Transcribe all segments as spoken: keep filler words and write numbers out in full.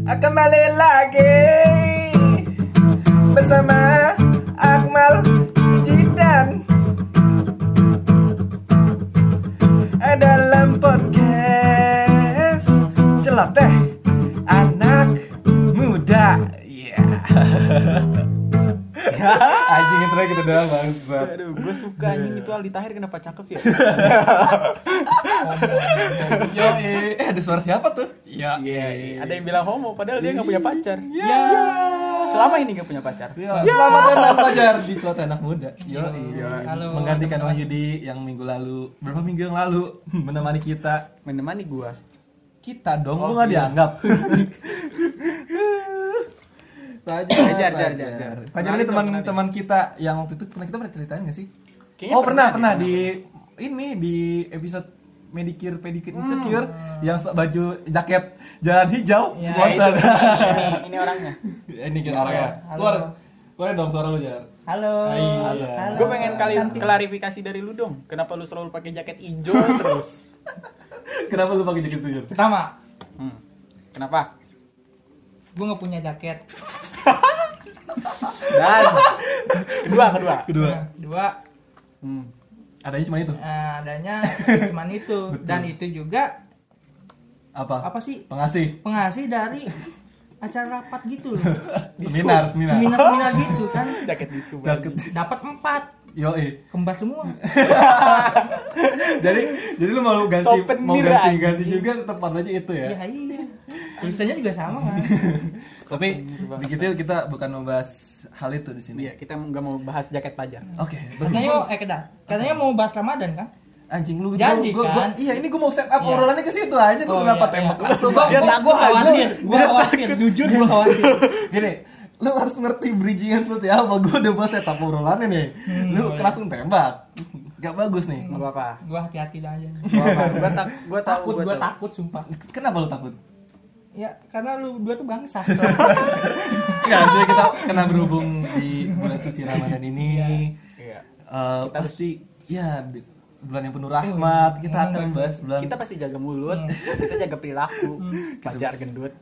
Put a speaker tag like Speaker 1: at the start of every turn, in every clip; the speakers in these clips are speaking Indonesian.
Speaker 1: kembali lagi bersama Akmal Jidan dalam podcast Celoteh Anak Muda. Iya. Yeah. Anjing intro kita doang bangsa.
Speaker 2: Aduh, gue suka anjing itu Aldi Tahir kenapa cakep ya?
Speaker 1: Yo, eh, ada suara siapa tuh?
Speaker 2: Ya, iya. Ada yang bilang homo padahal dia enggak punya pacar.
Speaker 1: Ya.
Speaker 2: Ya. Selama ini enggak punya pacar.
Speaker 1: Ya. Selamat datang pacar di Celoteh Anak Muda. Yo,
Speaker 2: iya.
Speaker 1: Halo. Menggantikan Wahyudi yang minggu lalu, berapa minggu yang lalu menemani kita.
Speaker 2: Menemani gua.
Speaker 1: Kita dong,
Speaker 2: Oh,
Speaker 1: lu enggak
Speaker 2: iya.
Speaker 1: dianggap. Pajar,
Speaker 2: Pajar, jar, jar, jar.
Speaker 1: Pajar ini teman-teman kita yang waktu itu pernah kita pernah ceritain nggak sih?
Speaker 2: Kayaknya
Speaker 1: oh pernah pernah,
Speaker 2: pernah,
Speaker 1: di ini di episode Medicure Pedicure Insecure yang baju jaket jalan hijau
Speaker 3: Ya,
Speaker 1: sponsor.
Speaker 2: ini, ini orangnya.
Speaker 1: Ini kita orangnya.
Speaker 3: Halo.
Speaker 1: Keluar, keluar dong suara lu Jar.
Speaker 3: Halo.
Speaker 1: Iya.
Speaker 3: Halo.
Speaker 2: Gue pengen kali klarifikasi dari lu dong. Kenapa lu selalu pakai jaket hijau terus?
Speaker 1: Kenapa lu pakai jaket itu Jar?
Speaker 3: Pertama,
Speaker 2: Hmm. Kenapa?
Speaker 3: gue nggak punya jaket.
Speaker 2: Dan kedua, kedua.
Speaker 1: Kedua,
Speaker 3: Nah, dua,
Speaker 2: Hmm.
Speaker 1: adanya cuma itu.
Speaker 3: eh, adanya cuman itu. Dan itu juga
Speaker 1: Apa?
Speaker 3: apa sih?
Speaker 1: Pengasih.
Speaker 3: Pengasih dari acara rapat gitu loh.
Speaker 1: Seminar, seminar.
Speaker 3: Seminar-seminar gitu kan.
Speaker 2: Jaket bisu.
Speaker 1: Jaket.
Speaker 3: Dapat empat,
Speaker 1: Yo, eh.
Speaker 3: kembar semua.
Speaker 1: Jadi, jadi lu mau ganti
Speaker 2: Souvenir
Speaker 1: mau ganti
Speaker 2: anjing.
Speaker 1: ganti juga tetap warnanya itu ya.
Speaker 3: Ya iya. Tulisannya juga sama kan.
Speaker 1: Tapi begitu kita bukan membahas hal itu di sini.
Speaker 2: Iya, kita nggak mau bahas jaket pajak.
Speaker 1: Oke,
Speaker 3: Katanya mau eh kedah. Katanya mau bahas Ramadan kan?
Speaker 1: anjing lu
Speaker 3: Jadi,
Speaker 1: gua, gua,
Speaker 3: kan?
Speaker 1: iya ini gua mau set up
Speaker 3: Iya.
Speaker 1: obrolannya ke situ aja tuh
Speaker 3: Oh,
Speaker 1: kenapa
Speaker 3: iya,
Speaker 1: tembak
Speaker 3: iya.
Speaker 1: langsung.
Speaker 3: Gua
Speaker 1: Dia
Speaker 3: gua-
Speaker 1: takut,
Speaker 3: gua khawatir,
Speaker 1: gua-
Speaker 3: gua khawatir. Jujur gua khawatir.
Speaker 1: Gini, lu harus ngerti bridgingan seperti apa. Gua udah buat set up obrolannya nih.
Speaker 3: Hmm,
Speaker 1: Lu
Speaker 3: boleh.
Speaker 1: langsung tembak. Gak bagus nih.
Speaker 2: Nggak apa-apa.
Speaker 3: Gua hati-hati dah aja.
Speaker 2: Nggak apa-apa. Gua tak, gua tahu.
Speaker 3: Takut,
Speaker 2: gua
Speaker 3: gua
Speaker 2: tahu.
Speaker 3: takut sumpah.
Speaker 1: Kenapa lu takut?
Speaker 3: Ya, karena lu dua tuh bangsa.
Speaker 1: Ya, jadi kita kena berhubung di bulan suci Ramadan ini.
Speaker 2: Iya.
Speaker 1: eh, pasti ya di bulan yang penuh rahmat. Kita akan membahas bulan
Speaker 2: Kita pasti jaga mulut, kita jaga perilaku. Pacar gendut.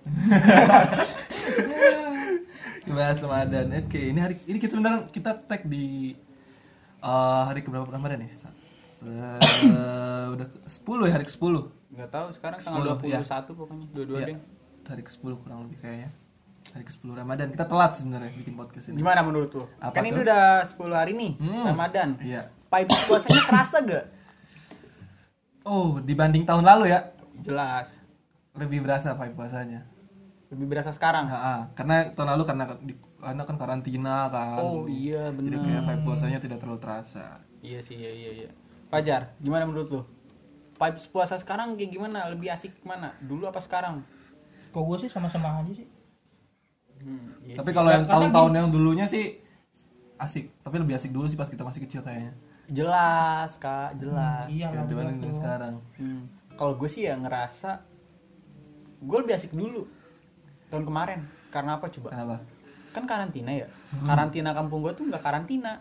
Speaker 1: bahas Ramadan. Oke, ini hari ini kita sebenarnya kita tag di eh, hari keberapa Ramadan ya? Se- udah ke- sepuluh ya, hari ke sepuluh.
Speaker 2: Enggak tahu sekarang tanggal
Speaker 1: sepuluh,
Speaker 2: dua puluh satu pokoknya, dua-dua
Speaker 1: Iya.
Speaker 2: deh.
Speaker 1: Hari ke sepuluh kurang lebih kayaknya. Hari ke sepuluh Ramadan. Kita telat sebenarnya bikin podcast ini.
Speaker 2: Gimana menurut lu?
Speaker 1: Apa
Speaker 2: Kan ini
Speaker 1: tuh?
Speaker 2: udah sepuluh hari nih,
Speaker 1: Hmm.
Speaker 2: Ramadan.
Speaker 1: Iya.
Speaker 2: Pipe puasanya kerasa gak?
Speaker 1: Oh, dibanding tahun lalu ya,
Speaker 2: Jelas.
Speaker 1: lebih berasa Pak puasanya.
Speaker 2: Lebih berasa sekarang.
Speaker 1: Nah, ah, karena tahun lalu karena di, karena kan karantina kan.
Speaker 2: Oh iya
Speaker 1: Jadi
Speaker 2: benar.
Speaker 1: kayak vibe puasanya tidak terlalu terasa.
Speaker 2: Iya sih, iya iya iya. Fajar, gimana menurut lu? Vibes puasa sekarang kayak gimana? Lebih asik mana? Dulu apa sekarang?
Speaker 3: Kok gue sih sama-sama aja sih.
Speaker 2: Hmm, iya
Speaker 1: Tapi
Speaker 2: sih.
Speaker 1: kalau yang
Speaker 3: Karena
Speaker 1: tahun-tahun yang dulunya sih asik, tapi lebih asik dulu sih pas kita masih kecil kayaknya.
Speaker 2: Jelas kak, jelas.
Speaker 3: Iya lah.
Speaker 1: Dibanding dengan sekarang.
Speaker 2: Hmm. Kalau gue sih ya ngerasa gue lebih asik dulu tahun kemarin. Karena apa coba?
Speaker 1: Kenapa?
Speaker 2: Kan karantina ya. Karantina kampung gue tuh nggak karantina.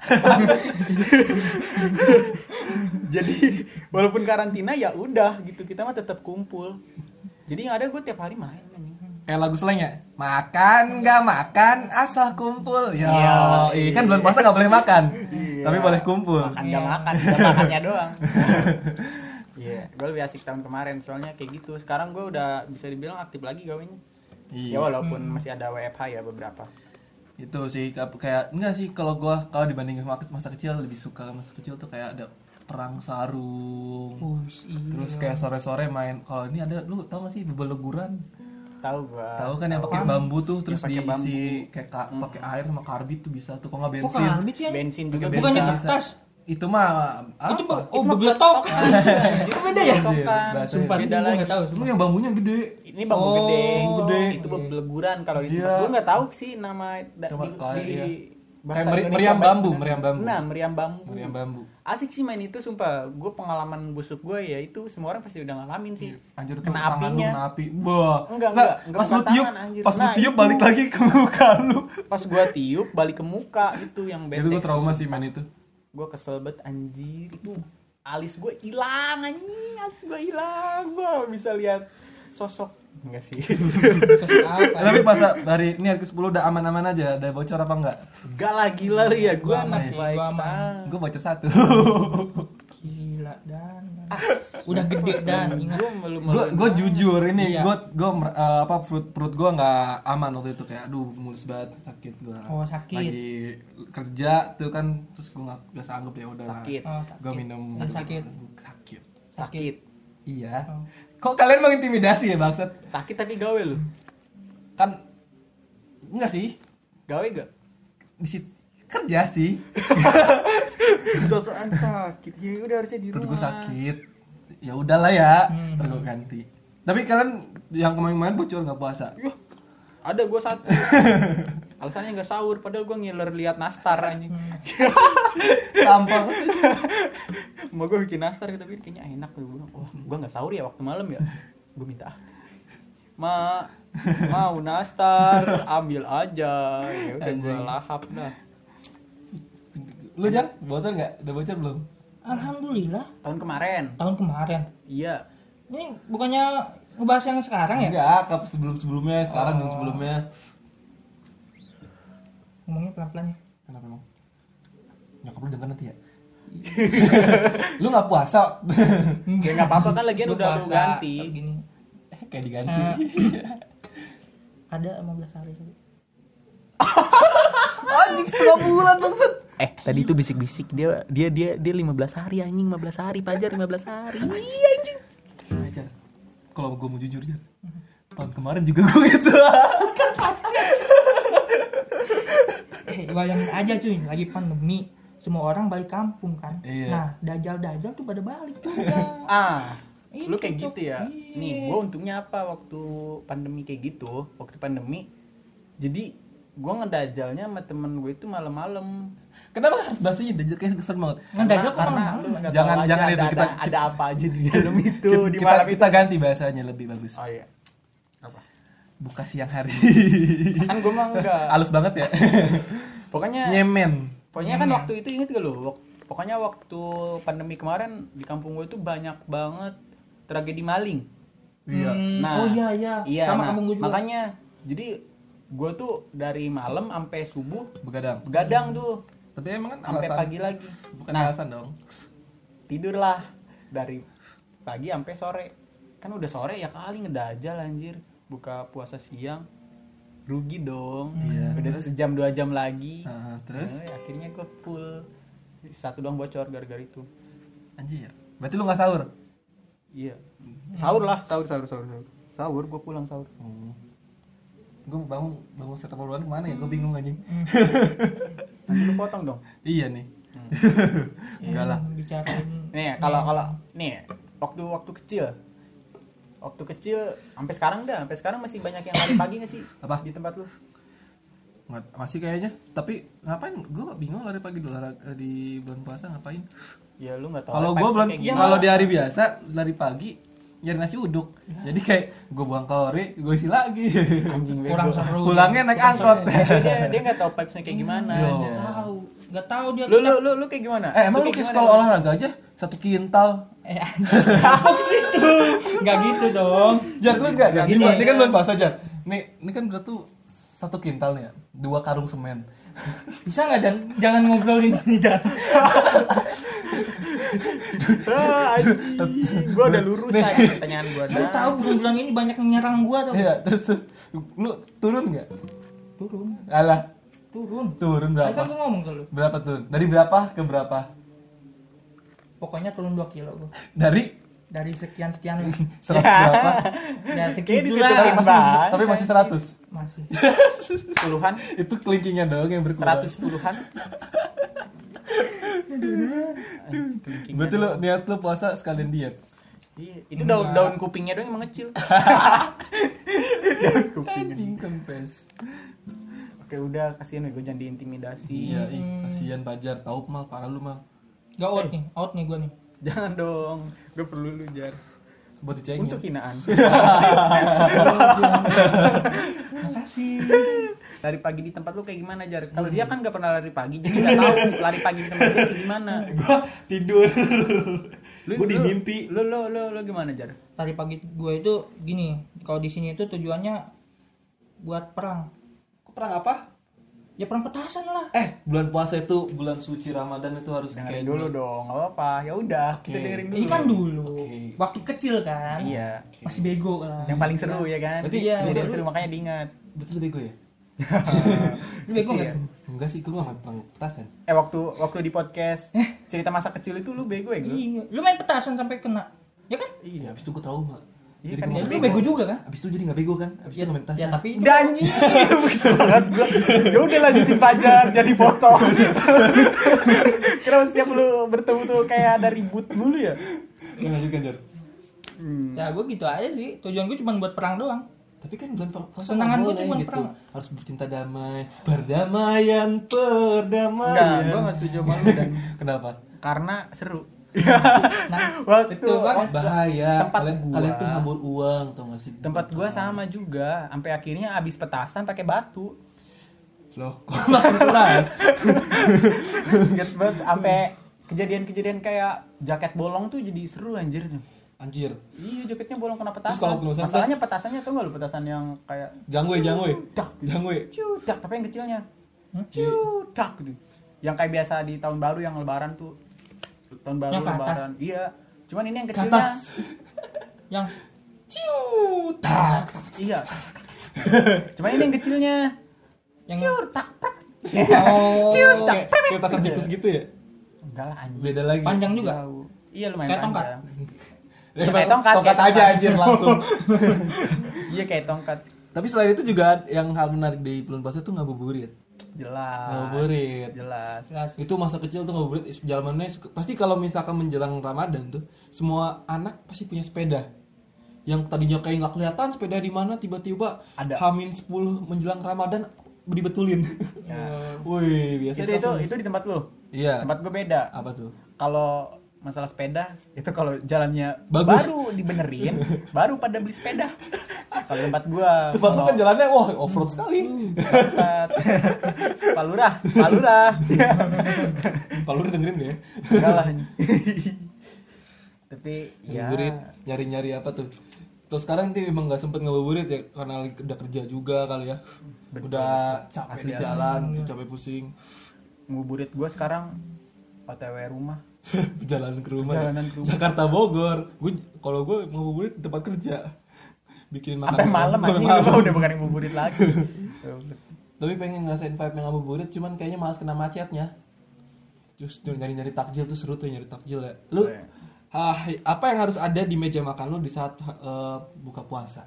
Speaker 2: Jadi walaupun karantina ya udah gitu, kita mah tetap kumpul. Jadi yang ada gue tiap hari main.
Speaker 1: Kayak lagu slang ya? Makan nggak makan asal kumpul. Ya,
Speaker 2: Iya.
Speaker 1: iya kan bulan puasa nggak boleh makan,
Speaker 2: Iya.
Speaker 1: tapi boleh kumpul.
Speaker 2: Makan nggak makan, nggak makannya doang. Iya, gue lebih asik tahun kemarin soalnya kayak gitu. Sekarang gue udah bisa dibilang aktif lagi gawenya. Ya
Speaker 1: Iya.
Speaker 2: walaupun masih ada W F H ya beberapa.
Speaker 1: Itu sih kayak kayak- enggak sih kalau gua kalau dibandingin masa, masa kecil lebih suka masa kecil tuh kayak ada perang sarung.
Speaker 3: Us, iya.
Speaker 1: Terus kayak sore-sore main kalau ini ada lu tau gak sih bubble leguran?
Speaker 2: Tahu gua.
Speaker 1: Tahu kan yang pakai bambu tuh terus
Speaker 2: pakai
Speaker 1: diisi
Speaker 2: bambu.
Speaker 1: kayak ka- pakai air sama karbit tuh bisa tuh kok nggak
Speaker 3: Kok
Speaker 1: bensin.
Speaker 3: karbit sih?
Speaker 2: Bensin juga
Speaker 1: Pakai
Speaker 3: Bukannya
Speaker 1: bensin bisa.
Speaker 3: kertas.
Speaker 1: Itu mah
Speaker 3: Itu
Speaker 1: apa?
Speaker 3: oh bebeletok.
Speaker 2: Itu
Speaker 3: beda ya?
Speaker 2: Bahasa
Speaker 3: Sumpah
Speaker 2: beda
Speaker 3: gue
Speaker 2: lagi.
Speaker 3: enggak tahu.
Speaker 1: Itu
Speaker 3: Sumpah.
Speaker 1: yang bambunya gede.
Speaker 2: Ini bambu
Speaker 3: Oh,
Speaker 2: gede.
Speaker 1: gede.
Speaker 2: Itu bambu leguran kalau di
Speaker 1: Iya.
Speaker 2: Gua nggak tahu sih nama da-
Speaker 1: Coba
Speaker 2: di,
Speaker 1: kayak,
Speaker 2: di
Speaker 1: iya.
Speaker 2: bahasa
Speaker 1: Kayak meri-
Speaker 2: Indonesia
Speaker 1: meriam
Speaker 2: baik
Speaker 1: bambu,
Speaker 2: benar.
Speaker 1: meriam bambu.
Speaker 2: Nah, meriam bambu.
Speaker 1: Meriam bambu.
Speaker 2: Asik sih main itu sumpah. Gue pengalaman busuk gue ya itu semua orang pasti udah ngalamin sih.
Speaker 1: Anjir tuh
Speaker 2: Kena
Speaker 1: tangan lu
Speaker 2: apinya.
Speaker 1: kena api. Wah.
Speaker 2: Enggak, enggak, enggak
Speaker 1: Pas lu
Speaker 2: bukan
Speaker 1: tiup,
Speaker 2: tangan, anjir.
Speaker 1: pas lu
Speaker 2: Nah,
Speaker 1: tiup
Speaker 2: itu.
Speaker 1: balik lagi ke muka lu.
Speaker 2: Pas gua tiup balik ke muka itu yang bete.
Speaker 1: Itu gua trauma sih main itu.
Speaker 2: Gue kesel banget anjir itu alis gue hilang anjing, alis gue hilang, gue bisa lihat sosok Enggak sih.
Speaker 3: Sosok apa?
Speaker 1: Tapi pas hari ini hari ke sepuluh udah aman-aman aja, ada bocor apa enggak?
Speaker 2: Enggak lah, gila lu ya. Gua
Speaker 3: Gua aman
Speaker 2: anak
Speaker 3: sih,
Speaker 2: baik
Speaker 3: gua aman.
Speaker 2: sang.
Speaker 1: Gue bocor satu.
Speaker 3: Gila dan. Udah gede dan ingat.
Speaker 2: Gua malu
Speaker 1: gue gue jujur ini
Speaker 3: Iya.
Speaker 1: gue gue apa perut perut gue nggak aman waktu itu, kayak aduh mulus banget, sakit gue.
Speaker 3: Oh, sakit.
Speaker 1: Lagi kerja tuh kan, terus gue nggak nggak sanggup, ya udah.
Speaker 2: Sakit.
Speaker 3: Oh, sakit.
Speaker 1: Gue minum
Speaker 3: Sakit. Sakit.
Speaker 1: sakit.
Speaker 2: Sakit.
Speaker 1: Iya.
Speaker 3: Oh.
Speaker 1: Kok kalian mengintimidasi ya bangsat?
Speaker 2: Sakit tapi gawe lu.
Speaker 1: Kan enggak sih,
Speaker 2: Gawe gak?
Speaker 1: di situ kerja sih.
Speaker 2: Sosokan sakit. Ya udah harusnya di
Speaker 1: Perut
Speaker 2: rumah.
Speaker 1: gue sakit. Ya udahlah ya,
Speaker 3: Hmm.
Speaker 1: ntar gue ganti. Tapi kalian yang kemarin-kemarin bocor nggak puasa?
Speaker 2: Yuh, ada gua satu. Alasannya nggak sahur, padahal gua ngiler lihat nastar anjing.
Speaker 1: Sampah.
Speaker 2: Mau gue bikin nastar gitu, tapi kayaknya enak gue bilang, wah gue nggak sahur ya waktu malam ya, gue minta, ma mau nastar ambil aja, ya udah gue
Speaker 1: Anjing.
Speaker 2: lahap dah.
Speaker 1: Lu Jan, bocor nggak? Udah bocor belum?
Speaker 3: Alhamdulillah
Speaker 2: Tahun kemarin,
Speaker 3: tahun kemarin.
Speaker 2: iya,
Speaker 3: Ini bukannya ngebahas yang sekarang ya?
Speaker 1: Enggak, ke sebelum-sebelumnya, sekarang
Speaker 3: Oh.
Speaker 1: dan sebelumnya.
Speaker 3: Ngomongnya pelan-pelan ya.
Speaker 1: Kenapa emang? Nyokap lu denger nanti ya? Lu nggak puasa?
Speaker 2: ya nggak apa-apa kan, lagian
Speaker 3: Lu
Speaker 2: udah lu
Speaker 3: puasa,
Speaker 2: ganti.
Speaker 3: Gini.
Speaker 1: Kayak diganti.
Speaker 3: Eh. Ada lima belas hari tadi.
Speaker 1: Anjing setengah bulan maksud.
Speaker 2: Eh tadi itu bisik-bisik dia dia dia dia lima belas hari anjing, lima belas hari Pajar, lima belas hari. Iya anjing.
Speaker 1: Aja. Kalau gue mau jujur ya, tahun kemarin juga gue gitu.
Speaker 3: Eh, bayangin aja cuy, lagi pandemi, semua orang balik kampung kan.
Speaker 1: Iya.
Speaker 3: Nah, dajal-dajal tuh pada balik juga.
Speaker 2: Ah,
Speaker 3: Itu
Speaker 2: lu kayak
Speaker 3: tuh.
Speaker 2: gitu ya.
Speaker 3: Iya.
Speaker 2: Nih, gua untungnya apa waktu pandemi kayak gitu, waktu pandemi. Jadi gua ngedajalnya sama temen gue itu malam-malam.
Speaker 1: Kenapa harus bahasanya dajal, kayak kesan banget?
Speaker 3: Ngedajal kok
Speaker 2: karena
Speaker 3: malam-malam?
Speaker 2: lu nggak
Speaker 1: Jangan-
Speaker 2: tahu aja
Speaker 1: jangan
Speaker 2: ada,
Speaker 1: itu, kita-
Speaker 2: ada, ada apa aja di dalam itu di
Speaker 1: kita,
Speaker 2: malam
Speaker 1: kita
Speaker 2: itu.
Speaker 1: ganti bahasanya lebih bagus.
Speaker 2: Oh iya. Apa?
Speaker 1: Buka siang hari.
Speaker 2: Kan gua mah enggak.
Speaker 1: Halus banget ya.
Speaker 2: Pokoknya
Speaker 1: Nyemen.
Speaker 2: pokoknya kan
Speaker 3: Nyemen.
Speaker 2: waktu itu inget gak lu? Wak- Pokoknya waktu pandemi kemarin di kampung gue itu banyak banget tragedi maling.
Speaker 1: Iya.
Speaker 3: Hmm,
Speaker 2: Nah,
Speaker 3: oh iya iya.
Speaker 2: Iya,
Speaker 3: Sama
Speaker 2: nah,
Speaker 3: kampung gue juga.
Speaker 2: makanya jadi gue tuh dari malam sampai subuh
Speaker 1: Begadang.
Speaker 2: begadang tuh
Speaker 1: Tapi emang kan
Speaker 2: sampai
Speaker 1: alasan.
Speaker 2: pagi lagi.
Speaker 1: Bukan
Speaker 2: Nah,
Speaker 1: alasan dong.
Speaker 2: tidurlah dari pagi sampai sore. Kan udah sore ya kali ngedajal anjir. Buka puasa siang. Rugi dong.
Speaker 1: Iya.
Speaker 2: Udah sejam dua jam lagi.
Speaker 1: Nah, terus
Speaker 2: Nah, akhirnya gue full. Satu doang bocor gara-gara itu.
Speaker 1: anjir. Berarti lu nggak sahur?
Speaker 2: Iya. Sahur lah, sahur sahur sahur sahur. Sahur gue pulang sahur.
Speaker 1: Hmm. Gue bangun bangun setelah bulan kemana ya? Gue bingung anjing.
Speaker 2: Nanti lu potong dong.
Speaker 1: Iya nih. Enggak lah.
Speaker 3: Hmm, bicarain.
Speaker 2: Nih, kalau kalau nih waktu waktu kecil. Waktu kecil sampai sekarang dah, sampai sekarang masih banyak yang lari pagi nggak sih?
Speaker 1: Apa?
Speaker 2: Di tempat lu?
Speaker 1: Nggak, masih kayaknya. Tapi ngapain? Gue bingung lari pagi dulu di bulan puasa ngapain?
Speaker 2: Ya lu nggak tahu.
Speaker 1: Kalau gue
Speaker 2: vibes-nya
Speaker 1: bulan
Speaker 2: kayak
Speaker 3: gimana.
Speaker 1: kalau di hari biasa lari pagi nyari nasi uduk. Jadi kayak gue buang kalori, gue isi lagi.
Speaker 2: anjing bego.
Speaker 3: Kurang seru.
Speaker 1: Pulangnya naik
Speaker 3: Kurang
Speaker 1: angkot.
Speaker 3: seru.
Speaker 2: dia dia dia nggak tahu vibes-nya kayak gimana.
Speaker 1: Yo.
Speaker 2: Dia.
Speaker 3: Nggak tahu. Nggak tahu dia.
Speaker 2: Lu lu lu lu kayak gimana?
Speaker 1: Eh emang lu
Speaker 2: kayak
Speaker 1: kayak
Speaker 2: gimana?
Speaker 1: sekolah olahraga aja satu kintal.
Speaker 3: Eh anjing. Apa sih itu? Nggak gitu dong.
Speaker 1: Jar lu enggak? Jar,
Speaker 3: Gini,
Speaker 1: ini, ini kan
Speaker 3: ya.
Speaker 1: bulan puasa Jar. Nih, ini kan berarti satu kintal nih ya. Dua karung semen.
Speaker 3: Bisa nggak dan jangan ngobrolin ini dan.
Speaker 2: Ah, anjing. Gua udah lurus
Speaker 1: Nih.
Speaker 2: aja pertanyaan gua.
Speaker 3: Lu
Speaker 2: dah.
Speaker 3: tahu bulan-bulan ini banyak yang nyerang gua tuh.
Speaker 1: Iya, terus lu turun enggak?
Speaker 3: Turun,
Speaker 1: Alah,
Speaker 3: turun.
Speaker 1: turun
Speaker 3: Tadi kan
Speaker 1: berapa?
Speaker 3: gua ngomong ke lu.
Speaker 1: Berapa turun? Dari berapa ke berapa?
Speaker 3: Pokoknya turun dua kilo gua.
Speaker 1: Dari
Speaker 3: Dari sekian-sekian lah.
Speaker 1: seratus berapa?
Speaker 3: Ya
Speaker 2: Kayaknya
Speaker 3: segitu
Speaker 2: ditutupin
Speaker 1: Tapi
Speaker 3: lah.
Speaker 1: masih,
Speaker 2: banget.
Speaker 1: tapi masih seratus.
Speaker 3: Masih.
Speaker 2: Puluhan,
Speaker 1: Itu kelingkingnya doang yang berkurang.
Speaker 2: seratus puluhan.
Speaker 1: Berarti lu niat lu puasa sekalian diet.
Speaker 2: Iya, itu daun daun kupingnya doang yang mengecil. Daun kupingnya.
Speaker 1: Anjing kempes.
Speaker 2: Oke udah, kasihan gue jangan diintimidasi.
Speaker 1: Iya, ih, kasihan Pajar, tahu mal parah lu mal.
Speaker 3: Gak out nih, out nih gua nih.
Speaker 2: Jangan dong, gue perlu lu jar.
Speaker 1: Buat dicengin.
Speaker 2: Untuk hinaan.
Speaker 3: Makasih.
Speaker 2: Lari pagi di tempat lu kayak gimana jar? Kalau dia kan gak pernah lari pagi, jadi gak tahu lari pagi di tempat dia kayak gimana.
Speaker 1: Gua tidur. Gue di mimpi.
Speaker 2: Lu lu lu lu gimana, Jar?
Speaker 3: Tadi pagi gue itu gini, kalau di sini itu tujuannya buat perang.
Speaker 1: Perang apa?
Speaker 3: Ya perang petasan lah.
Speaker 1: Eh, bulan puasa itu bulan suci Ramadan itu harus
Speaker 2: Dengerin
Speaker 1: kayak
Speaker 2: dulu dong, enggak apa-apa. Ya udah,
Speaker 1: Oke.
Speaker 2: kita dengerin dulu.
Speaker 3: Ini kan dulu.
Speaker 1: Oke.
Speaker 3: Waktu kecil kan.
Speaker 2: Iya.
Speaker 3: Masih bego lah.
Speaker 2: Yang paling seru ya kan?
Speaker 1: Berarti
Speaker 3: iya,
Speaker 2: jadi
Speaker 3: betul.
Speaker 2: seru makanya diingat.
Speaker 1: Betul bego ya?
Speaker 3: Lu bego
Speaker 2: Kecil
Speaker 3: enggak?
Speaker 2: ya?
Speaker 1: Enggak sih, gue gak main perang petasan.
Speaker 2: Eh waktu waktu di podcast cerita masa kecil itu lu bego ya, Gru?
Speaker 3: Iya. Lu main petasan sampai kena. Ya kan?
Speaker 1: Iya, abis itu gue trauma.
Speaker 2: Iya
Speaker 1: Jadi
Speaker 2: kan,
Speaker 1: gua
Speaker 3: Ya,
Speaker 1: nggak
Speaker 3: lu bego juga kan?
Speaker 1: Abis itu jadi gak bego kan? Abis itu gak main petasan.
Speaker 3: Ya tapi itu
Speaker 2: Udah anjing, bisa banget gua. Ya udah lanjutin Fajar jadi potong. Kenapa setiap lu bertemu tuh kayak ada ribut dulu ya?
Speaker 1: Gak lanjutkan, Jar.
Speaker 2: Hmm.
Speaker 3: ya gue gitu aja sih. Tujuan gue cuma buat perang doang.
Speaker 1: Tapi kan bulan puasa
Speaker 3: Kesenangan
Speaker 1: nggak
Speaker 3: gua
Speaker 1: boleh
Speaker 3: cuma
Speaker 1: gitu.
Speaker 3: perang.
Speaker 1: Harus bercinta damai. Perdamaian, perdamaian.
Speaker 2: Enggak, gua enggak setuju sama lu dan
Speaker 1: Kenapa?
Speaker 2: karena seru.
Speaker 3: Nah,
Speaker 2: Waktu
Speaker 3: itu banget.
Speaker 1: Bahaya.
Speaker 2: Tempat
Speaker 1: kalian,
Speaker 2: gua.
Speaker 1: kalian tuh hambur uang, tau gak sih?
Speaker 2: tempat gua sama juga, sampai akhirnya abis petasan pakai batu.
Speaker 1: Loh, kok makin keras?
Speaker 2: Ingat banget sampai kejadian-kejadian kayak jaket bolong tuh jadi seru anjir.
Speaker 1: Anjir.
Speaker 2: Iya, jaketnya bolong kena petasan.
Speaker 1: Terus kalau penulisan
Speaker 2: masalahnya petasannya tuh enggak lu petasan yang kayak
Speaker 1: Jangwe, jangwe.
Speaker 2: Dak, gitu.
Speaker 1: Jangwe.
Speaker 2: Cudak, tapi yang kecilnya.
Speaker 3: Hmm?
Speaker 2: Cudak gitu. Yang kayak biasa di tahun baru yang lebaran tuh. Tahun baru
Speaker 3: Yang ke atas.
Speaker 2: lebaran. Iya. Cuman ini yang
Speaker 1: Ke
Speaker 2: kecilnya.
Speaker 1: atas.
Speaker 3: Yang
Speaker 1: Ciutak.
Speaker 2: Iya. Cuman ini yang kecilnya.
Speaker 3: yang
Speaker 2: Cudak.
Speaker 3: oh,
Speaker 2: Ciutak.
Speaker 1: Kayak kayak petasan tikus gitu ya?
Speaker 2: Enggak lah anjing.
Speaker 1: Beda lagi.
Speaker 3: panjang juga.
Speaker 2: Jauh. Iya lumayan
Speaker 3: Kayak tongkat.
Speaker 2: panjang.
Speaker 1: Ya,
Speaker 2: kayak tongkat,
Speaker 1: tongkat
Speaker 2: kayak
Speaker 1: aja
Speaker 2: tongkat.
Speaker 1: anjir langsung.
Speaker 2: Iya kayak tongkat.
Speaker 1: Tapi selain itu juga yang hal menarik di bulan puasa tuh ngabuburit.
Speaker 2: Jelas.
Speaker 1: Ngabuburit.
Speaker 2: Jelas.
Speaker 3: Jelas.
Speaker 1: Itu masa kecil tuh ngabuburit zamannya pasti kalau misalkan menjelang Ramadan tuh semua anak pasti punya sepeda. Yang tadinya kayak nggak kelihatan sepeda di mana tiba-tiba
Speaker 2: Ada.
Speaker 1: Hamin sepuluh menjelang Ramadan dibetulin.
Speaker 2: Ya.
Speaker 1: Wih, biasa
Speaker 2: Itu, itu itu di tempat lu.
Speaker 1: Iya.
Speaker 2: Tempat gue beda.
Speaker 1: Apa tuh?
Speaker 2: Kalau masalah sepeda itu kalau jalannya
Speaker 1: Bagus.
Speaker 2: baru dibenerin baru pada beli sepeda. Kalau tempat gua
Speaker 1: Tempat lu kan jalannya wah off-road sekali.
Speaker 2: bangsat. Pak Lurah, Pak Lurah.
Speaker 1: Kalau lu dengerin gak ya?
Speaker 2: Enggak lah. Tapi ya
Speaker 1: Ngabuburit, nyari-nyari apa tuh? Terus sekarang tuh emang nggak sempet ngabuburit ya karena udah kerja juga kali ya. Udah capek
Speaker 2: Asli,
Speaker 1: di
Speaker 2: asli.
Speaker 1: jalan, tuh capek pusing.
Speaker 2: ngabuburit gua sekarang O T W rumah.
Speaker 1: Perjalanan ke rumah.
Speaker 2: Perjalanan ke rumah.
Speaker 1: Jakarta Bogor. Gue kalau gue ngabuburit di tempat kerja. Bikin makan
Speaker 2: Sampai malam
Speaker 1: sampai
Speaker 2: anjing
Speaker 1: malam.
Speaker 2: gua udah bukan ngabuburit lagi.
Speaker 1: Tapi pengen ngerasain vibe yang ngabuburit cuman kayaknya malas kena macetnya. Terus tuh nyari-nyari takjil tuh seru tuh nyari takjil ya. Lu
Speaker 2: Iya.
Speaker 1: ah, apa yang harus ada di meja makan lu di saat eh, buka puasa?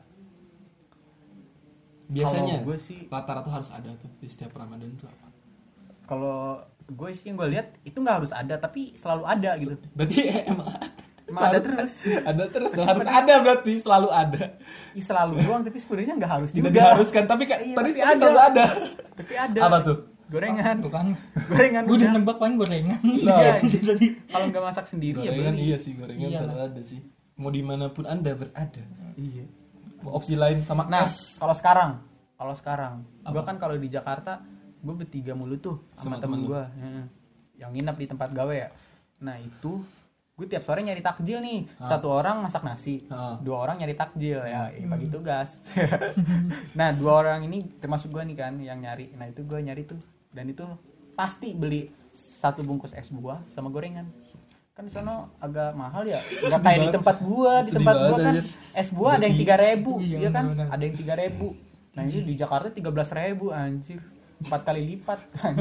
Speaker 1: Biasanya
Speaker 2: Kalau gue sih-
Speaker 1: rata-rata harus ada tuh di setiap Ramadan tuh apa?
Speaker 2: Kalau gue sih yang gue lihat itu nggak harus ada tapi selalu ada gitu.
Speaker 1: Berarti emang ada.
Speaker 2: Emang ada
Speaker 1: Selalu-
Speaker 2: terus.
Speaker 1: Ada terus dong, harus ada berarti selalu ada.
Speaker 2: Ih, selalu doang tapi sebenarnya nggak harus
Speaker 1: Tidak
Speaker 2: juga.
Speaker 1: diharuskan tapi kan
Speaker 2: Iya,
Speaker 1: tadi
Speaker 2: tapi
Speaker 1: tadi
Speaker 2: ada.
Speaker 1: selalu ada.
Speaker 2: Tapi ada.
Speaker 1: Apa tuh?
Speaker 2: Gorengan.
Speaker 3: Bukan.
Speaker 2: Gorengan.
Speaker 3: Gue udah
Speaker 2: udah.
Speaker 3: nebak paling gorengan.
Speaker 2: Iya,
Speaker 3: Itu tadi.
Speaker 2: Kalau nggak masak sendiri ya
Speaker 1: Gorengan
Speaker 2: beli.
Speaker 1: iya sih, gorengan
Speaker 3: Iyalah.
Speaker 1: selalu ada sih. Mau dimanapun anda berada.
Speaker 2: Iya.
Speaker 1: Mau opsi lain sama
Speaker 2: Nah,
Speaker 1: es.
Speaker 2: kalau sekarang, kalau sekarang,
Speaker 1: Apa?
Speaker 2: gue kan kalau di Jakarta, gue bertiga mulu tuh sama,
Speaker 1: Sama
Speaker 2: temen
Speaker 1: temen lu?
Speaker 2: gue, yang nginep di tempat gawe ya. Nah itu, gue tiap sore nyari takjil nih.
Speaker 1: Ah.
Speaker 2: Satu orang masak nasi,
Speaker 1: Ah.
Speaker 2: dua orang nyari takjil ya, ya bagi tugas. Nah dua orang ini termasuk gue nih kan yang nyari. Nah itu gue nyari tuh, dan itu pasti beli satu bungkus es buah sama gorengan. Kan di sana agak mahal ya, nggak kayak di
Speaker 1: banget.
Speaker 2: tempat gua. Di
Speaker 1: Sedih
Speaker 2: tempat gua
Speaker 1: banget,
Speaker 2: kan
Speaker 1: anjir.
Speaker 2: es buah ada yang tiga ribu,
Speaker 3: Iya,
Speaker 2: iya kan?
Speaker 3: benar-benar.
Speaker 2: Ada yang tiga ribu. Nah ini di Jakarta tiga belas ribu anjir, empat kali lipat.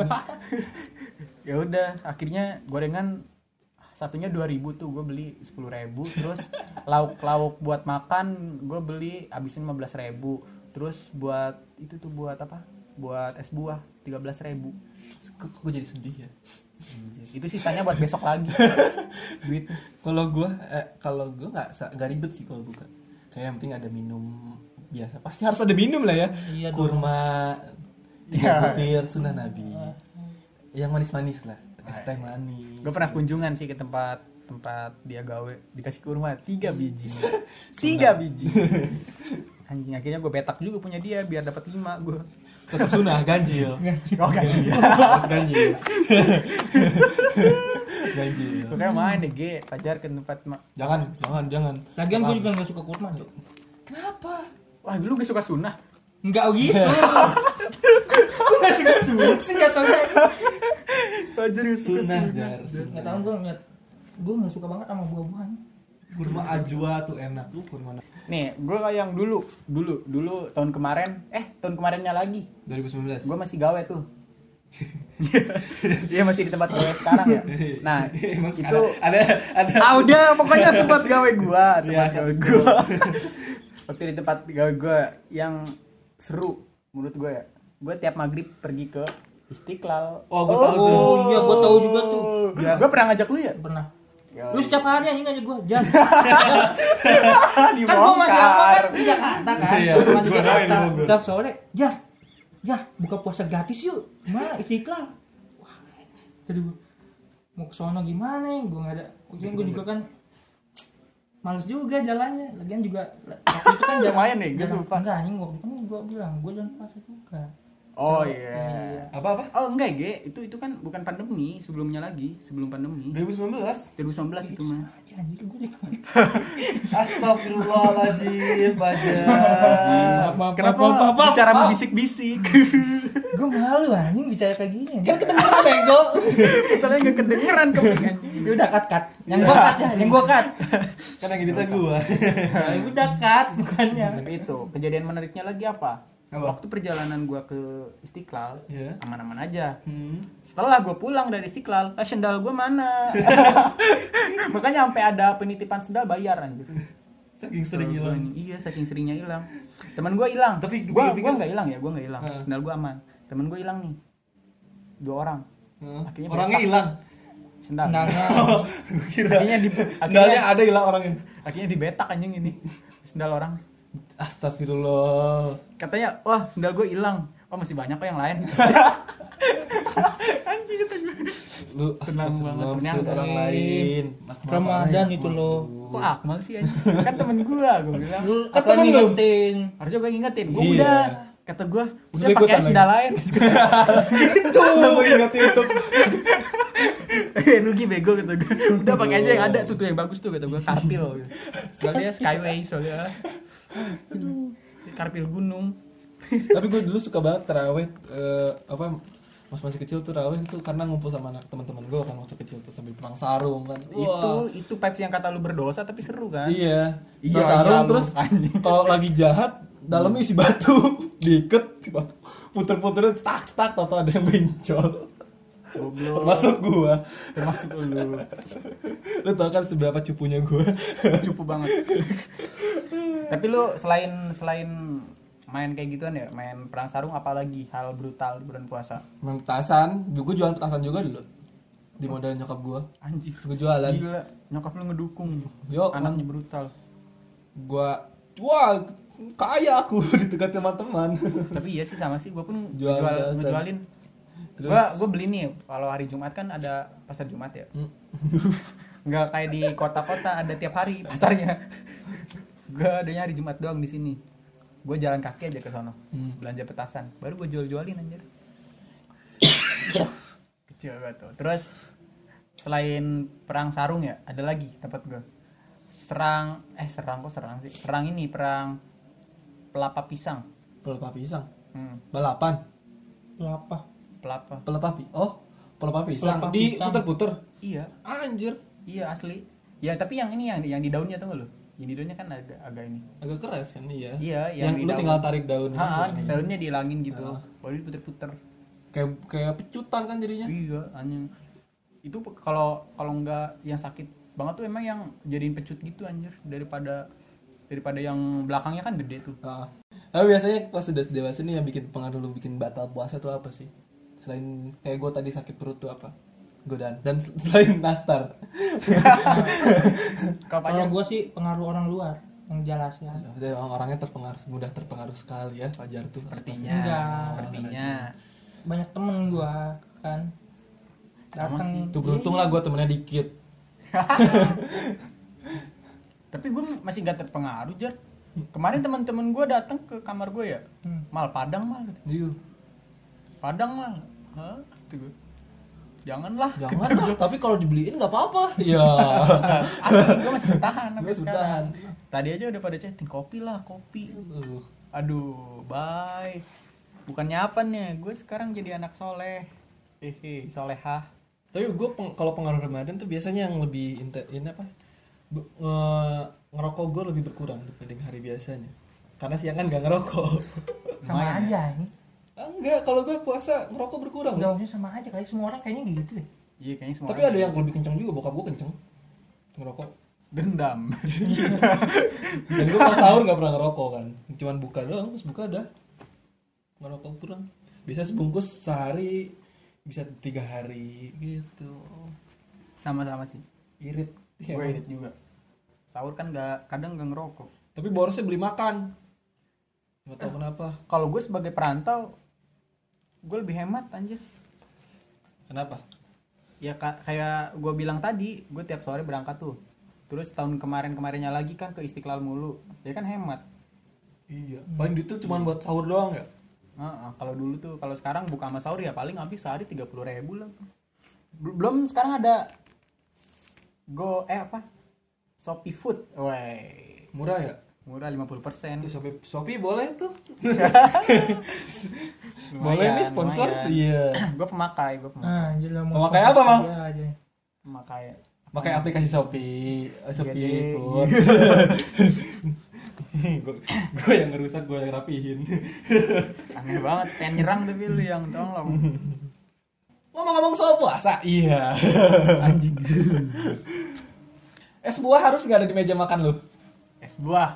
Speaker 2: Ya udah, akhirnya gorengan satunya dua ribu tuh gue beli sepuluh ribu. Terus lauk-lauk buat makan gue beli habisin lima belas ribu. Terus buat itu tuh buat apa? Buat es buah tiga belas ribu.
Speaker 1: Kok, kok jadi sedih ya?
Speaker 2: Itu sisanya buat besok lagi. Duit.
Speaker 1: Kalau gua eh, kalau gua nggak sa- nggak ribet sih kalau buka. Kayak yang penting ada minum biasa. Pasti harus ada minum lah ya.
Speaker 3: Iya dong.
Speaker 1: Kurma, tiga
Speaker 2: Ya.
Speaker 1: butir sunnah Nabi. Yang manis-manis lah. Es teh manis.
Speaker 2: Gue pernah kunjungan sih ke tempat tempat dia gawe, dikasih kurma tiga biji. Tiga biji. Anjing, akhirnya gue betak juga punya dia biar dapat lima gue.
Speaker 1: Tetap sunnah ganjil.
Speaker 2: Oh ganjil.
Speaker 1: Harus ganjil. Ganjil.
Speaker 2: Makanya main deh G, pacar ke tempat ma-
Speaker 1: Jangan, jangan, jangan.
Speaker 3: Lagian gue juga nggak suka kurma, Cok.
Speaker 1: Kenapa?
Speaker 2: Wah, lu gak suka sunnah?
Speaker 3: Enggak gitu. Gue nggak suka sunnah sih jatuhnya.
Speaker 2: Pacar itu
Speaker 1: Sunnah jar.
Speaker 3: Nggak tahu gue ngeliat, gue nggak suka banget sama buah-buahan.
Speaker 1: Kurma ajwa tuh enak tuh kurma.
Speaker 2: Nih, gue kayak yang dulu, dulu, dulu tahun kemarin, eh tahun kemarinnya lagi,
Speaker 1: dua ribu sembilan belas.
Speaker 2: gue masih gawe tuh. Dia masih di tempat gawe sekarang ya. Nah,
Speaker 1: Emang
Speaker 2: itu
Speaker 1: ada ada
Speaker 2: ah udah pokoknya tempat gawe gua, tempat
Speaker 1: Iya,
Speaker 2: gawe gua. Waktu di tempat gawe gua yang seru menurut gua ya. Gua tiap maghrib pergi ke Istiqlal.
Speaker 1: Oh, gua tahu tuh.
Speaker 3: Oh iya, gue tahu juga tuh.
Speaker 2: Gua pernah ngajak lu ya?
Speaker 3: Pernah.
Speaker 2: Ya,
Speaker 3: Lu setiap hari anjing ngajak gue, Jan.
Speaker 2: di
Speaker 3: Kan gue masih apa
Speaker 2: Bongkar.
Speaker 3: kan di Jakarta kan.
Speaker 1: Iya,
Speaker 3: Gua masih di
Speaker 1: gua tahu
Speaker 3: Jakarta.
Speaker 1: ini Bogor.
Speaker 3: Setiap sore, Jah, Jah, buka puasa gratis yuk. Mana Istiqlal? Wah, jadi gue mau ke sono gimana? Gue nggak ada. Ujian gue juga kan males juga jalannya. Lagian juga waktu itu kan jalan.
Speaker 2: Lumayan nih, gua
Speaker 3: jalan-
Speaker 2: lupa.
Speaker 3: Enggak anjing, waktu itu kan gue bilang gue jalan puasa juga.
Speaker 2: Oh
Speaker 3: Iya.
Speaker 2: iya.
Speaker 1: Apa-apa?
Speaker 2: Oh enggak, Ge. Itu itu kan bukan pandemi, sebelumnya lagi, sebelum pandemi.
Speaker 1: dua ribu sembilan belas.
Speaker 2: dua ribu sembilan belas itu mah.
Speaker 3: Aja anjir gue deh kemana?
Speaker 1: Astagfirullahaladzim, Bajar.
Speaker 3: Maaf, maaf,
Speaker 2: Kenapa
Speaker 3: maaf, maaf, maaf,
Speaker 2: bicara
Speaker 3: maaf.
Speaker 2: bisik-bisik?
Speaker 3: Gue malu anjing bicara kayak gini.
Speaker 1: Kan kedengeran bego.
Speaker 2: Soalnya enggak kedengeran kok anjing.
Speaker 3: Ya udah cut cut. Yang gua cut ya, yang gua cut.
Speaker 1: Kan yang kita gua.
Speaker 3: Yang udah cut bukannya.
Speaker 2: Tapi itu kejadian menariknya lagi apa?
Speaker 1: Apa?
Speaker 2: Waktu perjalanan gua ke Istiqlal,
Speaker 1: Iya.
Speaker 2: aman-aman aja.
Speaker 1: Hmm.
Speaker 2: Setelah gua pulang dari Istiqlal, ah, sendal gua mana? Makanya sampai ada penitipan sendal bayar anjir.
Speaker 1: Saking sering
Speaker 2: Gua
Speaker 1: hilang.
Speaker 2: ini, Iya, saking seringnya hilang. Temen gua hilang.
Speaker 1: Tapi
Speaker 2: gua
Speaker 1: pikir-pikir-
Speaker 2: gua enggak hilang ya, gua enggak hilang.
Speaker 1: Heeh.
Speaker 2: Sendal gua aman. Temen gua hilang nih. Dua orang.
Speaker 1: Hah?
Speaker 2: Akhirnya
Speaker 1: Orangnya
Speaker 2: betak.
Speaker 1: hilang.
Speaker 2: Sendal.
Speaker 3: Sendalnya.
Speaker 1: Gua kira.
Speaker 2: Akhirnya di
Speaker 1: Sendalnya
Speaker 2: akhirnya,
Speaker 1: ada hilang orangnya.
Speaker 2: akhirnya dibetak anjing ini. Sendal orang.
Speaker 1: Astagfirullah.
Speaker 2: Katanya, wah sendal gue hilang. Wah masih banyak kok yang lain. Anjing kata gue.
Speaker 1: Lu
Speaker 2: Tenang banget,
Speaker 1: astagfirullah,
Speaker 2: sebenarnya
Speaker 1: orang
Speaker 3: enggak.
Speaker 1: lain.
Speaker 3: Ramadan itu loh.
Speaker 2: Kok Akmal sih anjing? Kan temen gue, gue bilang.
Speaker 3: Lu
Speaker 1: Kan
Speaker 3: apa
Speaker 1: temen lu.
Speaker 3: ngingetin?
Speaker 2: Harusnya gue ngingetin. Gue
Speaker 1: Iya.
Speaker 2: udah. Kata gue, udah
Speaker 1: Udah
Speaker 2: pakai
Speaker 1: ikutan
Speaker 2: sendal lain.
Speaker 1: Itu gue ingat itu.
Speaker 2: Eh rugi bego kata gue. Udah pakai aja yang ada tuh tuh yang bagus tuh kata gue. Karpil. Soalnya Skyway soalnya. Aduh. Karpil gunung.
Speaker 1: Tapi gue dulu suka banget terawih eh, apa pas masih kecil tuh terawih itu karena ngumpul sama anak teman-teman gue kan waktu kecil tuh sambil perang sarung kan.
Speaker 2: Itu
Speaker 1: Wah.
Speaker 2: itu vibes yang kata lu berdosa tapi seru kan?
Speaker 1: Iya.
Speaker 2: Iya,
Speaker 1: Perang sarung
Speaker 2: iya, lu,
Speaker 1: terus
Speaker 2: anjing.
Speaker 1: kalau lagi jahat dalamnya isi batu, diikat si batu. Puter-puterin tak tak tau ada yang bencol.
Speaker 2: Goblok.
Speaker 1: Termasuk gua.
Speaker 2: Termasuk lu.
Speaker 1: Lu tau kan seberapa cupunya gua.
Speaker 2: Cupu banget. Tapi lu selain selain main kayak gituan ya, main perang sarung apalagi hal brutal di bulan puasa?
Speaker 1: Main petasan, gua jualan petasan juga dulu. Di modal nyokap gua.
Speaker 2: Anjir.
Speaker 1: Terus gua jualan.
Speaker 2: Gila, nyokap lu ngedukung.
Speaker 1: Yo,
Speaker 2: Anaknya brutal.
Speaker 1: Gua wah kaya aku di tengah teman-teman.
Speaker 2: Tapi iya sih sama sih, gua pun
Speaker 1: Jual
Speaker 2: jual
Speaker 1: petasan.
Speaker 2: ngejualin.
Speaker 1: Terus
Speaker 2: Gua gua beli nih kalau hari Jumat kan ada pasar Jumat ya.
Speaker 1: Hmm.
Speaker 2: Nggak kayak di kota-kota ada tiap hari pasarnya. Gua adanya hari Jumat doang di sini. Gue jalan kaki aja ke sono,
Speaker 1: Hmm.
Speaker 2: belanja petasan, baru gue jual-jualin anjir. Kecil banget tuh. Terus selain perang sarung ya, ada lagi tempat gue. Serang, eh serang kok serang sih. Perang ini, perang pelapa pisang.
Speaker 1: pelepah pisang.
Speaker 2: Hmm,
Speaker 1: Balapan.
Speaker 3: Pelapa.
Speaker 2: pelapa.
Speaker 1: Pelepah pi. Oh, pelepah pisang.
Speaker 3: Pelepah
Speaker 1: Di
Speaker 3: pisang.
Speaker 1: puter-puter.
Speaker 2: Iya,
Speaker 1: Anjir.
Speaker 2: iya asli. Ya tapi yang ini yang yang di daunnya tuh nggak lo? Yang di daunnya kan agak agak ini.
Speaker 1: Agak keras kan iya.
Speaker 2: Iya,
Speaker 1: Yang,
Speaker 2: yang, di
Speaker 1: lu
Speaker 2: daun.
Speaker 1: tinggal tarik daunnya.
Speaker 2: Ha, daunnya dihilangin gitu.
Speaker 1: Ah.
Speaker 2: Baru diputer-puter.
Speaker 1: Kayak kayak pecutan kan jadinya.
Speaker 2: Iya, anjing. Itu pe- kalau kalau enggak yang sakit banget tuh emang yang jadiin pecut gitu anjir daripada daripada yang belakangnya kan gede tuh.
Speaker 1: Ah. Tapi biasanya pas sudah dewasa nih yang bikin pengaruh lu bikin batal puasa tuh apa sih? Selain kayak gue tadi sakit perut tuh apa? Godaan. Dan sel- selain nastar.
Speaker 2: Kalau
Speaker 3: Kalau
Speaker 2: Pajar
Speaker 3: gua sih pengaruh orang luar yang jelas ya.
Speaker 1: Jadi orangnya terpengaruh mudah terpengaruh sekali ya Fajar tuh.
Speaker 2: sepertinya
Speaker 3: Enggak.
Speaker 2: sepertinya
Speaker 3: Banyak temen gua kan
Speaker 2: Sama sih.
Speaker 3: datang.
Speaker 1: Tuh beruntung lah gue temennya dikit.
Speaker 2: tapi gue masih gak terpengaruh Jar. Kemarin teman-teman gue datang ke kamar gue ya,
Speaker 3: Hmm.
Speaker 2: mal padang mal
Speaker 1: Iya.
Speaker 2: padang mal, hah? Tuh gue janganlah.
Speaker 1: Jangan lah, tapi kalau dibeliin nggak apa-apa. Iya.
Speaker 2: Asli gue masih bertahan sampai
Speaker 1: Gue
Speaker 2: sekarang.
Speaker 1: bertahan.
Speaker 2: Tadi aja udah pada chatting kopi lah, kopi.
Speaker 1: Aduh.
Speaker 2: Aduh, bye. Bukannya apa nih? Gue sekarang jadi anak soleh. Hehe, solehah.
Speaker 1: Tapi gue peng- kalau pengaruh Ramadan tuh biasanya yang lebih inte- ini apa? Be- nge- ngerokok gue lebih berkurang dibanding hari biasanya. Karena siang kan gak ngerokok.
Speaker 3: Sama
Speaker 2: Lumayan,
Speaker 3: aja ini.
Speaker 1: Ah, enggak, kalau gue puasa ngerokok berkurang.
Speaker 3: Enggak maksudnya sama aja kali semua orang kayaknya gitu deh.
Speaker 2: Iya, kayaknya semua.
Speaker 1: Tapi
Speaker 2: orang
Speaker 1: ada yang lebih kencang juga, bokap gue kencang ngerokok.
Speaker 2: dendam.
Speaker 1: Dan gue kalau sahur gak pernah ngerokok kan. Cuman buka doang, terus buka dah. Ngerokok kurang. Bisa sebungkus sehari, bisa tiga hari gitu.
Speaker 2: Sama-sama sih.
Speaker 1: Irit.
Speaker 2: Gue edit juga. Sahur kan nggak, kadang nggak ngerokok.
Speaker 1: Tapi borosnya beli makan. Gak tau kenapa.
Speaker 2: Kalau gue sebagai perantau, gue lebih hemat anjir.
Speaker 1: Kenapa?
Speaker 2: Ya ka- kayak gue bilang tadi, gue tiap sore berangkat tuh. Terus tahun kemarin-kemarinnya lagi kan ke Istiqlal mulu. Ya kan hemat.
Speaker 1: Iya. Paling duit tuh cuma buat sahur doang ya.
Speaker 2: Nah, kalau dulu tuh, kalau sekarang buka sama sahur ya paling habis sehari tiga puluh ribu lah. Belum sekarang ada Go eh apa? Shopee Food. Woi,
Speaker 1: Murah ya?
Speaker 2: murah lima puluh persen.
Speaker 1: Tuh Shopee, Shopee boleh tuh.
Speaker 2: Lumayan,
Speaker 1: boleh nih sponsor.
Speaker 2: lumayan.
Speaker 1: Iya.
Speaker 2: Gue pemakai, gue pemakai.
Speaker 3: Ah, anjir lah
Speaker 1: Pemakai
Speaker 3: sponsor
Speaker 1: apa, Mal?
Speaker 3: dia aja.
Speaker 2: Pemakai.
Speaker 1: Pakai aplikasi Shopee, eh, Shopee
Speaker 2: deh.
Speaker 1: Food. Gue yang ngerusak, gue yang rapihin.
Speaker 2: Aneh banget, pengen nyerang tapi lu yang tolong.
Speaker 1: Ngomong-ngomong soal puasa, iya. Anjing. Es buah harus nggak ada di meja makan lu?
Speaker 2: Es buah.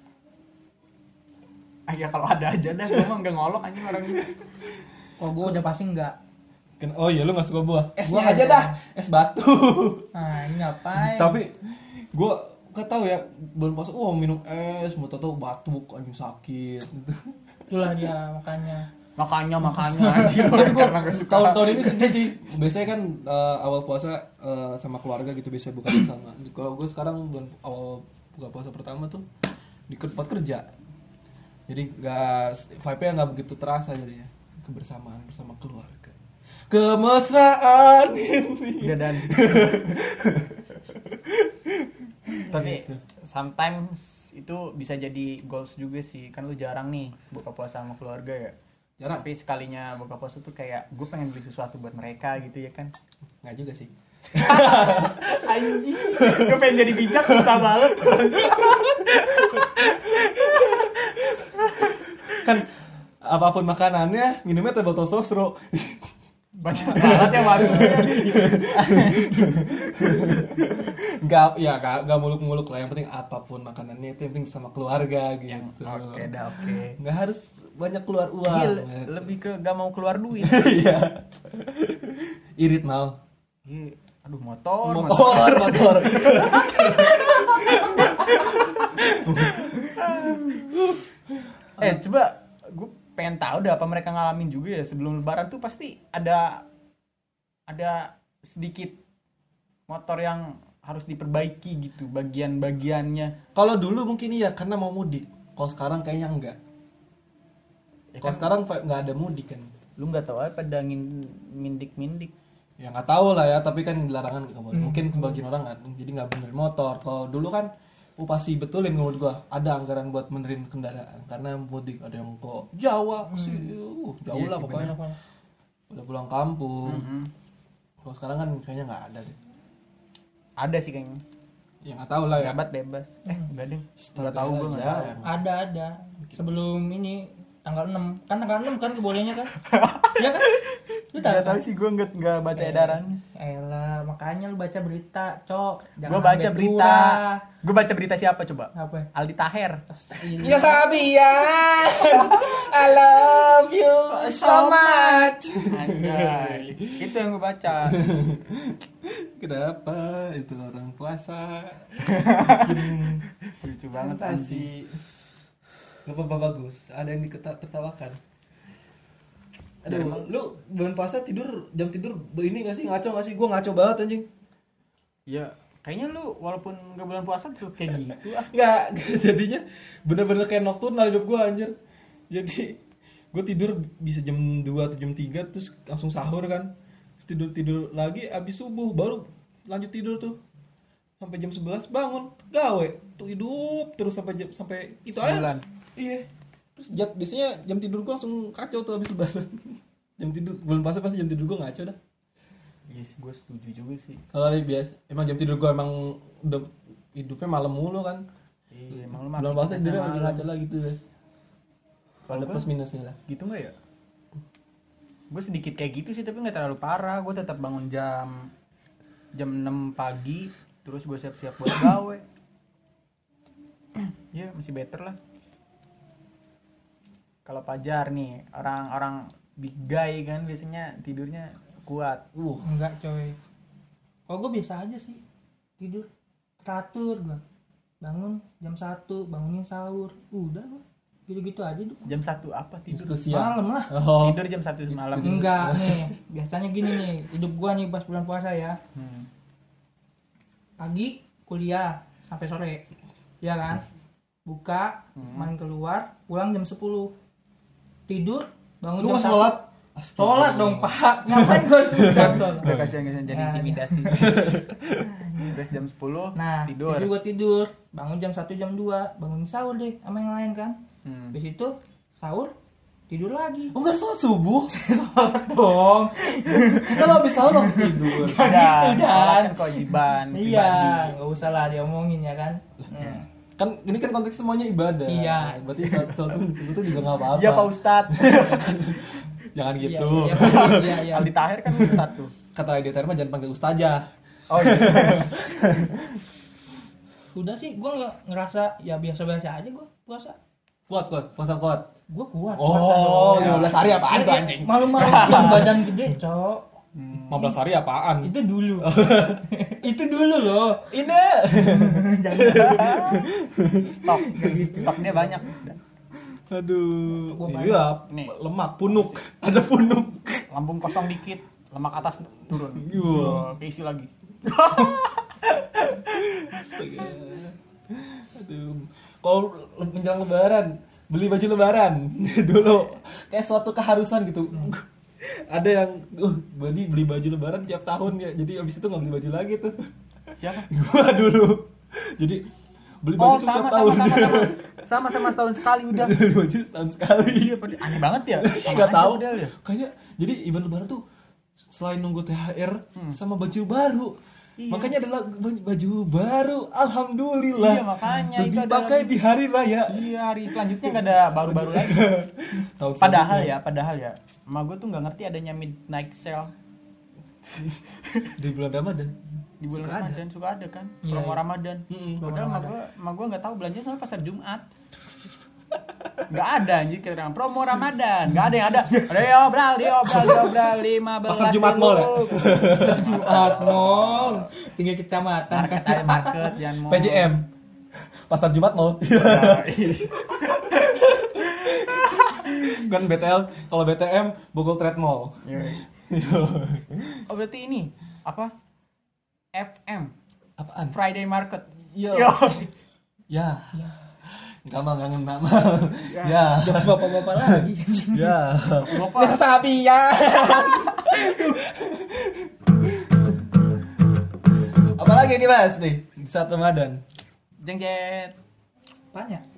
Speaker 2: Ah ya kalau ada aja dah, gue mah nggak ngolok anjing orang ini.
Speaker 3: Kok gue udah pasti enggak.
Speaker 1: Ken- Oh iya, lu nggak suka buah? Esnya
Speaker 3: Gua
Speaker 1: aja
Speaker 3: nggak
Speaker 1: dah, es batu.
Speaker 3: Nah, ini ngapain?
Speaker 1: Tapi gue gak tahu ya, belum puasa, oh minum es, mau tau batuk, anjing sakit.
Speaker 3: Itulah dia makanya.
Speaker 2: Makanya makanya anjing.
Speaker 1: Tapi gue
Speaker 2: Karena gak suka.
Speaker 1: tahun-tahun ini sedih sih. Biasanya kan eh, awal puasa eh, sama keluarga gitu bisa buka bersama. Kalau gue sekarang bulan awal buka puasa pertama tuh di tempat kerja. Jadi nggak vibe-nya nggak begitu terasa jadinya, kebersamaan bersama keluarga, kemesraan ini.
Speaker 2: Udah dan. Tapi sometimes itu bisa jadi goals juga sih. Kan lu jarang nih buka puasa sama keluarga ya.
Speaker 1: Jarang.
Speaker 2: Tapi sekalinya buka puasa tuh kayak gue pengen beli sesuatu buat mereka gitu ya kan.
Speaker 1: Nggak juga sih.
Speaker 2: Anjing. Gue pengen jadi bijak susah banget.
Speaker 1: Kan apapun makanannya, minumnya teh botol sosro.
Speaker 2: Banyak banget yang masuk.
Speaker 1: Nggak, ya nggak nggak muluk-muluk lah. Yang penting apapun makanannya itu yang penting sama keluarga gitu.
Speaker 2: Oke dah oke.
Speaker 1: Nggak harus banyak keluar uang.
Speaker 2: Gil,
Speaker 1: gitu.
Speaker 2: lebih ke gak mau keluar duit.
Speaker 1: Iya. Irit mau.
Speaker 2: Ih, aduh motor,
Speaker 1: Motor, motor.
Speaker 2: Eh coba gue pengen tahu deh apa mereka ngalamin juga ya sebelum lebaran tuh pasti ada ada sedikit motor yang harus diperbaiki gitu bagian-bagiannya.
Speaker 1: Kalau dulu mungkin iya karena mau mudik. Kalau sekarang kayaknya enggak.
Speaker 2: Ya
Speaker 1: Kalau
Speaker 2: kan,
Speaker 1: sekarang nggak ada mudik kan.
Speaker 2: lu nggak tahu apa pada ngin mindik-mindik.
Speaker 1: Ya nggak tahu lah ya, tapi kan larangan nggak boleh. Mungkin sebagian orang nggak, jadi nggak benerin motor. Kalau dulu kan, oh pasti betulin menurut gua. Ada anggaran buat benerin kendaraan karena mudik ada yang ke Jawa, ke sini, uh, jauh
Speaker 2: Iya
Speaker 1: lah
Speaker 2: sih,
Speaker 1: pokoknya. Udah pulang kampung.
Speaker 2: Mm-hmm.
Speaker 1: Kalau sekarang kan kayaknya nggak ada deh.
Speaker 2: Ada sih kayaknya.
Speaker 1: Ya nggak tahu lah ya.
Speaker 2: Jabat bebas. Eh enggak deh. Enggak tahu
Speaker 1: Astaga,
Speaker 2: gua enggak
Speaker 1: ya.
Speaker 2: tahu.
Speaker 3: Ada ada. Sebelum ini tanggal enam. Kan tanggal enam kan kebolehnya kan? Iya kan? Lu tahu?
Speaker 2: Enggak tahu sih gua enggak enggak baca edarannya.
Speaker 3: Elah, makanya lu baca berita, Cok. Jangan
Speaker 2: Gua baca
Speaker 3: sampai
Speaker 2: berita.
Speaker 3: tua.
Speaker 2: Gua baca berita siapa coba?
Speaker 3: Apa?
Speaker 2: Aldi Taher.
Speaker 3: Astagfirullah.
Speaker 1: Ya Sabian, I love you so much.
Speaker 2: Anjay. Itu yang gua baca.
Speaker 1: Kenapa itu orang puasa?
Speaker 2: Lucu banget anjing.
Speaker 1: Sensasi. Gak apa-apa bagus. Ada yang diketawakan.
Speaker 2: Dari
Speaker 1: Aduh, lu bulan puasa tidur jam tidur ini gak sih ngaco gak sih? Gua ngaco banget anjing.
Speaker 2: Ya, kayaknya lu walaupun enggak bulan puasa tuh kayak gitu ah.
Speaker 1: Nggak, jadinya bener-bener kayak nocturnal hidup gua anjir. Jadi gua tidur bisa jam dua atau jam tiga terus langsung sahur kan. tidur tidur lagi abis subuh baru lanjut tidur tuh sampai jam sebelas bangun gawe tuh hidup terus sampai jam sampai itu
Speaker 2: Sembilan.
Speaker 1: aja iya terus jat, biasanya jam tidur gua langsung kacau tuh abis lebaran jam tidur bulan puasa pasti jam tidur gua ngaco dah.
Speaker 2: Yes, gue setuju juga sih.
Speaker 1: Kalau biasa emang jam tidur gua emang udah hidupnya malam mulu kan.
Speaker 2: Iya, emang lu
Speaker 1: Bulan puasa tidurnya lagi ngaco lah gitu deh.
Speaker 2: Kalau
Speaker 1: Ada
Speaker 2: gua
Speaker 1: plus minusnya lah.
Speaker 2: gitu nggak ya? Gue sedikit kayak gitu sih tapi nggak terlalu parah. Gue tetap bangun jam jam enam pagi, terus gue siap-siap buat gawe. Ya masih better lah. Kalau Pajar nih orang-orang big guy kan biasanya tidurnya kuat.
Speaker 1: Uh,
Speaker 3: Enggak coy. Kalau gue biasa aja sih tidur teratur gue. Bangun jam satu, bangunin sahur. Udah gue gitu-gitu aja tuh.
Speaker 2: Jam satu apa tidur?
Speaker 1: itu siang.
Speaker 3: Malam lah.
Speaker 1: Oh.
Speaker 2: Tidur jam satu malam.
Speaker 3: Enggak nih. Biasanya gini nih, hidup gua nih pas bulan puasa ya.
Speaker 2: Hmm.
Speaker 3: Pagi kuliah sampai sore. Ya kan? Buka, main keluar, pulang jam sepuluh. Tidur, bangun
Speaker 1: Lu
Speaker 3: jam
Speaker 1: nggak
Speaker 3: satu.
Speaker 1: sholat?
Speaker 3: Sholat dong, Pak. Ngapain gua jam sholat?
Speaker 2: Udah kasihan-kasihan jadi
Speaker 3: Nah,
Speaker 2: intimidasi. Terus jam sepuluh
Speaker 3: Nah,
Speaker 2: tidur.
Speaker 3: tidur gua tidur, bangun jam satu jam dua, bangun sahur deh sama yang lain kan.
Speaker 2: Hmm.
Speaker 3: Habis itu sahur, tidur lagi.
Speaker 1: Oh enggak sholat subuh?
Speaker 3: Sholat dong.
Speaker 1: Kita lo habis sahur langsung tidur.
Speaker 3: Nah,
Speaker 2: Dan,
Speaker 3: gitu, Dan.
Speaker 2: sholat kan kewajiban pribadi.
Speaker 3: Iya, nggak usah lah diomongin ya kan. Hmm.
Speaker 1: Kan ini kan konteks semuanya ibadah.
Speaker 3: Iya.
Speaker 1: Berarti sholat sholat itu juga enggak apa-apa.
Speaker 2: Iya Pak Ustadz.
Speaker 1: Jangan
Speaker 3: Iya,
Speaker 1: gitu.
Speaker 3: iya, iya, iya.
Speaker 2: Aldi Tahir kan Ustadz tuh.
Speaker 1: Kata Edi Terma jangan panggil ustazah.
Speaker 2: Oh iya.
Speaker 3: Udah sih, gue nggak ngerasa ya biasa-biasa aja gue puasa.
Speaker 1: Kuat kuat, puasa kuat.
Speaker 3: Gue kuat.
Speaker 1: Oh, lima belas hari apaan tuh
Speaker 3: Ya,
Speaker 1: anjing?
Speaker 3: malu-malu yang badan gede, cok.
Speaker 1: lima belas hari apaan?
Speaker 3: Itu dulu. Itu dulu loh.
Speaker 1: Ini.
Speaker 2: Stok. Stoknya banyak.
Speaker 1: Aduh.
Speaker 3: Gua
Speaker 1: Iya,
Speaker 2: Nih.
Speaker 1: lemak punuk. Ada punuk.
Speaker 2: Lambung kosong dikit, lemak atas turun.
Speaker 1: Iya.
Speaker 2: Oh, keisi lagi.
Speaker 1: Astaga. Aduh. Kalau menjelang lebaran, beli baju lebaran dulu kayak suatu keharusan gitu. Ada yang uh, beli beli baju lebaran tiap tahun ya. Jadi abis itu nggak beli baju lagi tuh.
Speaker 2: Siapa?
Speaker 1: Gua dulu. Jadi beli baju
Speaker 2: Oh,
Speaker 1: tuh
Speaker 2: sama
Speaker 1: tiap
Speaker 2: sama
Speaker 1: tahun.
Speaker 2: sama sama. Sama sama setahun sekali udah.
Speaker 1: Beli baju setahun sekali.
Speaker 2: Iya, aneh banget ya. Sama
Speaker 1: Nggak
Speaker 2: aja
Speaker 1: tahu.
Speaker 2: model ya.
Speaker 1: Kayaknya jadi event lebaran tuh selain nunggu T H R sama baju baru.
Speaker 2: Iya.
Speaker 1: Makanya adalah baju, baju baru. Alhamdulillah.
Speaker 2: Iya, makanya
Speaker 1: Tuh
Speaker 2: itu
Speaker 1: dipakai
Speaker 2: adalah-
Speaker 1: di hari raya.
Speaker 2: Iya, hari selanjutnya nggak ada baru-baru lagi.
Speaker 1: Tahun
Speaker 2: Padahal
Speaker 1: selanjutnya.
Speaker 2: ya, padahal ya. Emak gue tuh nggak ngerti adanya midnight sale
Speaker 1: di bulan Ramadan.
Speaker 2: di bulan
Speaker 1: Suka ada.
Speaker 2: Ramadan suka ada kan
Speaker 3: Iya,
Speaker 2: promo
Speaker 3: iya.
Speaker 2: Ramadan.
Speaker 1: Mm-mm,
Speaker 3: promo
Speaker 2: Padahal emak
Speaker 3: Ramadan.
Speaker 2: gue emak gue nggak tahu belanja soalnya pasar Jumat. Nggak ada anjir kira promo Ramadan. Nggak ada yang ada. Ada diobral, diobral, diobral lima belas.
Speaker 1: Pasar Jumat Mall ya?
Speaker 3: Jumat Mall, tinggal kecamatan
Speaker 2: Market aja market jangan mau.
Speaker 1: P J M. Pasar Jumat Mall. Kan B T L, kalau B T M Bogor Trade Mall.
Speaker 2: Oh berarti ini apa? F M
Speaker 1: Apaan?
Speaker 2: Friday Market.
Speaker 1: Yo.
Speaker 2: Yo.
Speaker 1: Ya. Enggak mah enggak ngena mah. Ya.
Speaker 3: jokes bapak-bapak lagi.
Speaker 1: Ya.
Speaker 2: Bapak.
Speaker 1: Nggak sapi ya. Apalagi nih Mas nih di saat Ramadan.
Speaker 2: Jeng jet.
Speaker 3: Apaan ya?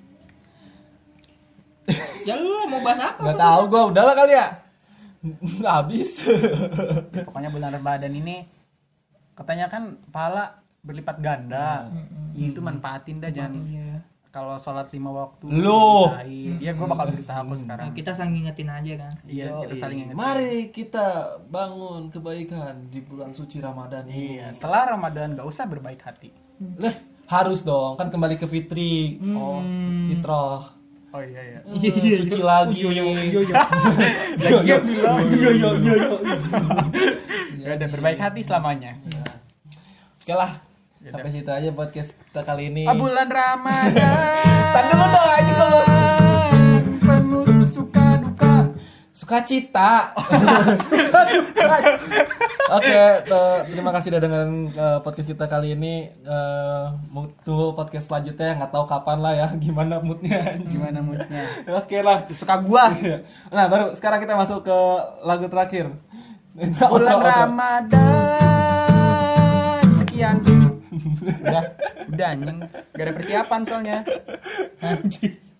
Speaker 3: Ya lu mau bahas apa?
Speaker 1: Enggak tahu gua, udahlah kali ya. Nggak habis.
Speaker 2: Pokoknya bulan Ramadan ini katanya kan pahala berlipat ganda. Itu manfaatin dah jangan
Speaker 3: Iya.
Speaker 2: kalau sholat lima waktu.
Speaker 1: Lu.
Speaker 2: usahain. Iya gue bakal berusaha kok sekarang.
Speaker 3: Nah, kita saling ngingetin aja kan.
Speaker 2: Iya kita saling ingat.
Speaker 1: Mari kita bangun kebaikan di bulan suci Ramadan ini.
Speaker 2: Iya setelah Ramadan gak usah berbaik hati.
Speaker 1: Lah, harus dong, kan kembali ke fitri. Oh, fitrah.
Speaker 2: Oh iya iya.
Speaker 1: Eh, suci lagi.
Speaker 3: Iya iya.
Speaker 2: Lagi ya bilang.
Speaker 3: Iya iya iya.
Speaker 2: Ya udah berbaik hati selamanya.
Speaker 1: Oke lah, sampai situ aja podcast kita kali ini.
Speaker 2: Ah, bulan Ramadan.
Speaker 1: Tar dulu dong aja kalau
Speaker 2: penuh suka duka.
Speaker 1: sukacita. Oke, tuh, terima kasih udah dengerin uh, podcast kita kali ini. Uh, tunggu podcast selanjutnya, nggak tahu kapan lah ya, gimana moodnya.
Speaker 2: Gimana moodnya?
Speaker 1: Oke lah.
Speaker 2: Suka gua.
Speaker 1: Nah, baru sekarang kita masuk ke lagu terakhir.
Speaker 2: Bulan Ramadan sekian. Udah, udah anjing. Gak ada persiapan soalnya.
Speaker 3: Anjing.